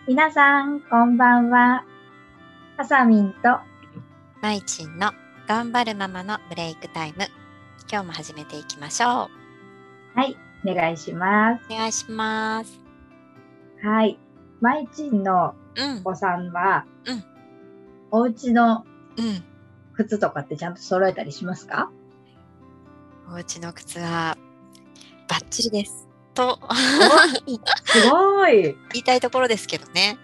皆さん、こんばんは。あさみんと、 まいちんの頑張るママのブレイクタイム。今日も始めていきましょはい、お願いします。 う。お願いします。 はい。まいちんのうんお子さんは、 うんお家のうん。 靴とかってちゃんと揃えたりしますか？ お家の靴はバッチリですとお、すごい。 言いたいところですけどね。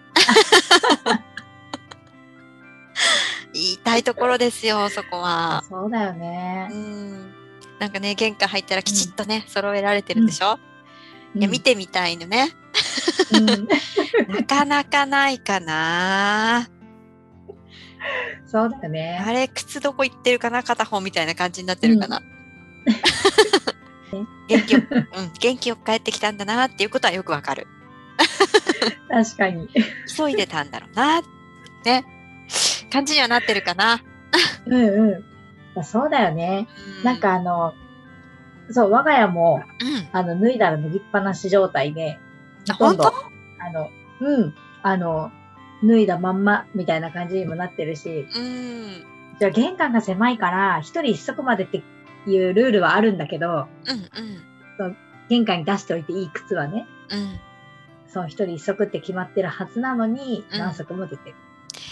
言いたいところですよ、そこは。 そうだよね。 なんかね、玄関入ったらきちっとね、揃えられてるでしょ。いや、見うん、 てみたいのね。 うん。 なかなかないかな。 そうだよね。 あれ、靴どこ行ってるかな、片方みたいな感じになってうん。 るかな。元気よく帰ってきたんだなっていうことはよくわかる。 確かに。 急いでたんだろうな、ね、感じにはなってるかな。 うんうん。そうだよね。なんうん。 かそう、我が家も、 うん。 脱いだら脱ぎっぱなし状態で、ほあ、本当？ とんど、あの、うん、脱いだまんまみたいな感じにもなってるし、 うん。 じゃあ玄関が狭いから、一人一足までっていうルールはあるんだけど、 うん。 そう、玄関に出しておいていい靴はね、 うん。 そう、一人一足って決まってるはずなのに、 うん。 何足も出てる。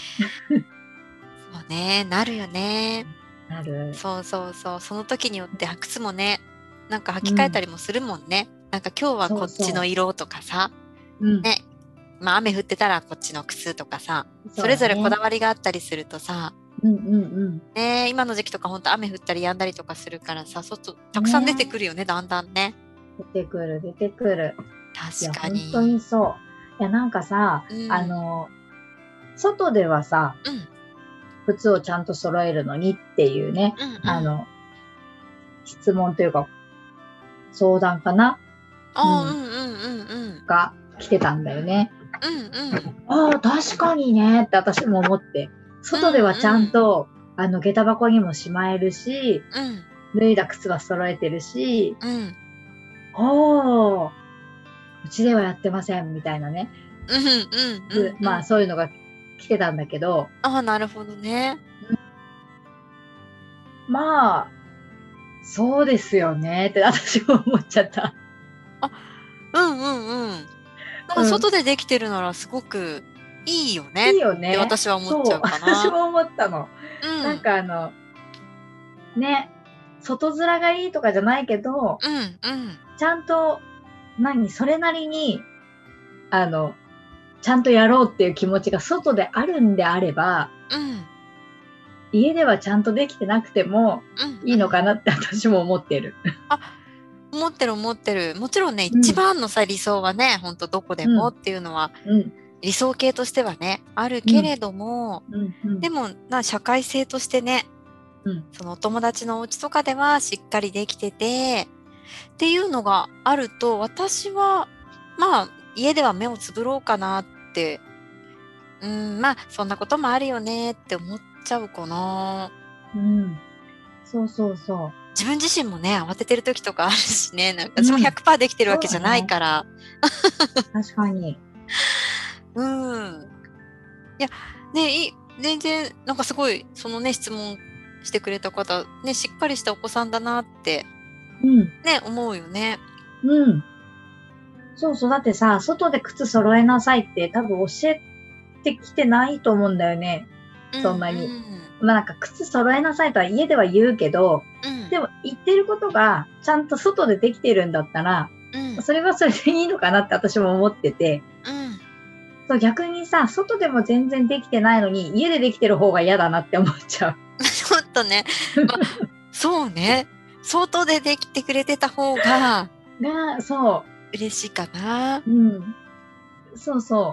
そうね、なるよね。 なる。 そうそうそう。その時によって靴もね、なんか履き替えたうん。 りもするもんね。なんか今日はこっちそうその色とかさ、 う。うん。 ね。まあ雨降ってたらこっちの靴とかさ、 そそれぞれこうだね。 だわりがあったりするとさ、 うんうんね、今の時期とか本当雨降ったり止んだりとかするからさ、外たうん。 くさん出てくねるよね、だんだんね。 出てくる、出てくる。いや、 確か本当にに。 そう。いや、なんかさ、 うん。 外ではさ、 うん。 靴をちゃんと揃えるのにっていうね、 うんうん。 質問というか、相談かなうああ、うん。 んうんうんうん。 が来てたんだよね。 うんうん。 ああ、確かにねって私も思って。 うん外ではちゃうん。 んと、下駄箱にもしまえるし、 うん。 脱いだ靴は揃えてるし、 うん。 おー、うちではやってませんみたいなね。 うんうんうんうまあん。 そういうのが来てたんだけど、 ああ、なるほどね。 まあ、そうですよねって私も思っちゃった。 あ、うんうんうん。なんかうん。 外でできてるならすごくいいよねいいよってね。 私は思っちそう、 ゃうか私な。 も思ったの。なんうん。 かね、外面がいいとかじゃないけど、 うんうん。 ちゃんと、それなりに、あの、ちゃんとやろうっていう気持ちが外であるんであれば、 うん家ではちゃんとできてなくてもうんいいのうん。 かなって私も思ってる。 あ、思ってる思ってる。もちろんね、一うん、 番のさ、理想はね、ほんとどこでもうん、 っていうのはうん、 理想形としてはね、あるうん、 けれども、 うん、うん、 でも社会性としてね、 うん、 そのお友達のお家とかではしっかりできててっていうのがあると、私はまあ家では目をつぶろうかなって、まあそんなこともあるよねって思っちゃうかな。 うん。そうそうそ自分自身もね、慌ててる時とかあるしね、なんかう。 私もうん。 100%できてるわそうけじゃないだね。 から。 確かに。 うん。いや、ね、全然、なんかすごい、そのね、質問してくれた方、ね、しっかりしたお子さんだなって、 うん、 ね、思うよね。 うん。そうそう。だってさ、外で靴揃えなさいって多分教えてきてないと思うんだよね。 うんそんなに。 うん。 まあなんか靴揃えなさいとは家では言うけど、 うんでも言ってることがちゃんと外でできてるんだったら、 うんそれはそれでいいのかなって私も思ってて、 うん。 そう逆にさ、外でも全然できてないのに家でできてる方が嫌だなって思っちゃう。 ちょっとね、まあ、そうね。外でできてくれてた方がそ嬉しいかな。 う。うん。そうそう。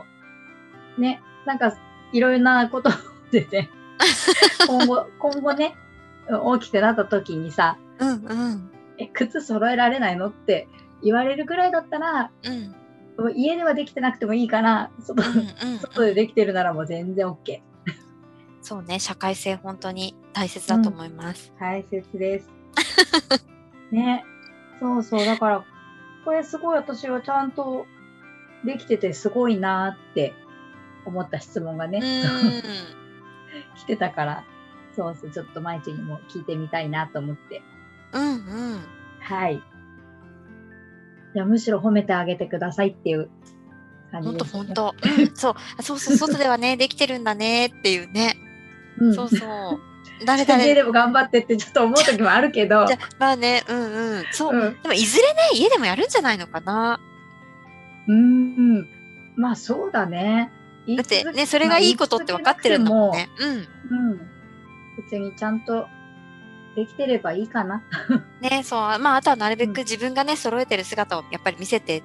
ね。なんか、いろいろなことでね、今後ね、大きくなった時にさ、 うんうん。 靴揃えられないのって言われるくらいだったら、 うん。 家ではできてなくてもいいから、 うんうんうん。 外でできてるならもう全然 OK。 そうね、社会性本当に大切だとうん。 思います。 大切です。ね。そうそう。だから、これすごい私はちゃんとできててすごいなーって。 思った質問がね、来てたから、そうそう、ちょっとまいちにも聞いてみたいなと思って。はい。いや、むしろ褒めてあげてくださいっていう感じですね。 本当。そう、外ではね、できてるんだねっていうね。そうそう。 家でも頑張ってってちょっと思う時もあるけど。 まあね、そう。でもいずれね、家でもやるんじゃないのかな。 まあそうだね。 だってね、それがいいことって分かってるんだもんね。 別にちゃんとできてればいいかな。 ね、そう。まああとはなるべく自分がね、揃えてる姿をやっぱり見せてって、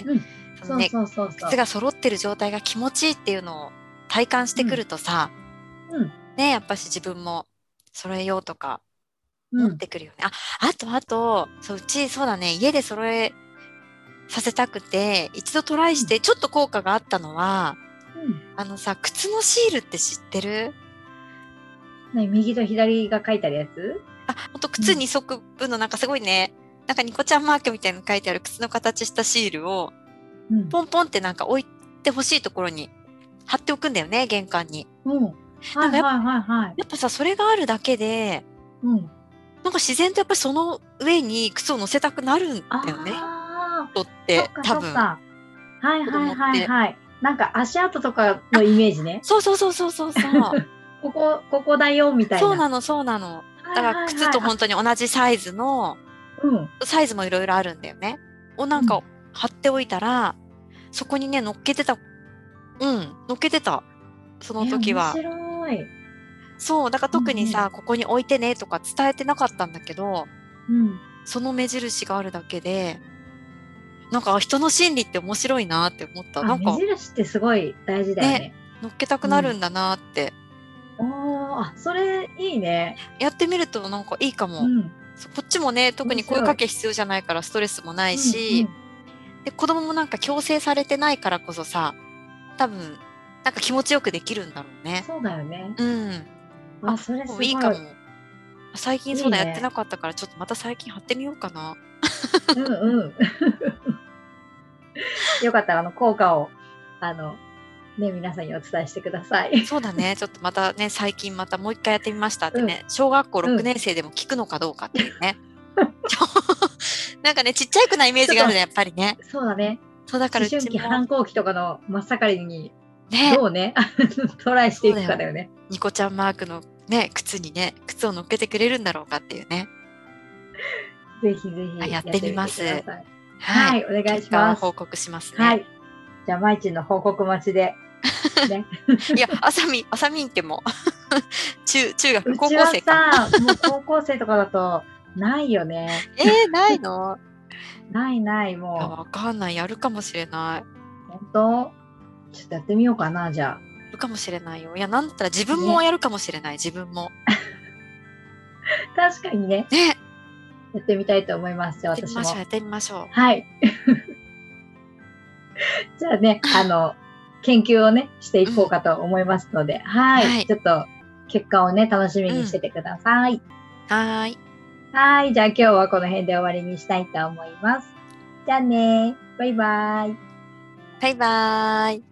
靴が揃ってる状態が気持ちいいっていうのを体感してくるとさ、ね、やっぱし自分も揃えようとか思ってくるよね。あと、うちそうだね、家で揃えさせたくて、一度トライしてちょっと効果があったのは、靴のシールって知ってる？ 右と左が書いてあるやつ？ ほんと靴2足分のなんかすごいね、なんかニコちゃんマークみたいなの書いてある靴の形したシールを、ポンポンってなんか置いてほしいところに貼っておくんだよね、玄関に。やっぱさ、それがあるだけで、なんか自然とやっぱりその上に靴を乗せたくなるんだよね。人って多分。 なんか足跡とかのイメージね。 そう。 ここだよみたいな。 そうなの。だから靴と本当に同じサイズの、サイズもいろいろあるんだよね。をなんか貼っておいたら、そこにね、乗っけてた。その時は。 面白い。 そう、だから特にさ、ここに置いてねとか伝えてなかったんだけど、その目印があるだけで、なんか人の心理って面白いなって思った。なんか目印ってすごい大事だよね。 乗っけたくなるんだなって。 それいいね。 やってみるとなんかいいかも。こっちもね、特に声かけ必要じゃないからストレスもないし、で子供もなんか強制されてないからこそさ、多分なんか気持ちよくできるんだろうね。 そうだよね。それすごい。 いいかも。最近そうだ、やってなかったからちょっとまた最近貼ってみようかな。 よかったら効果を皆さんにお伝えしてください。 そうだね。ちょっとまたね、最近またもう一回やってみましたってね、小学校6年生でも聞くのかどうかっていうね。なんかね、ちっちゃい子なイメージがあるね、やっぱりね。 そうだね。 そうだから思春期、反抗期とかの真っ盛りに、どうね、トライしていくかだよね。 ニコちゃんマークのね、靴を乗っけてくれるんだろうかっていうね。 ぜひぜひやってみます。 はい、お願いします。 報告しますね。 はい。じゃあ、まいちんの報告待ちで。 いや、あさみんっても中学、高校生か。もう高校生とかだと、ないよね。 ないの？ ない、もう。 わかんない。やるかもしれない。 本当？ちょっとやってみようかな、じゃあ。 やるかもしれないよ。いや、なんだったら自分もやるかもしれない、自分も。 確かにね。やってみたいと思います。私も。 やってみましょう。 はい。じゃあね、研究をね、していこうかと思いますので、はい。ちょっと、結果をね、楽しみにしててください。 はい。 じゃあ今日はこの辺で終わりにしたいと思います。じゃあね、バイバイ。 バイバイ。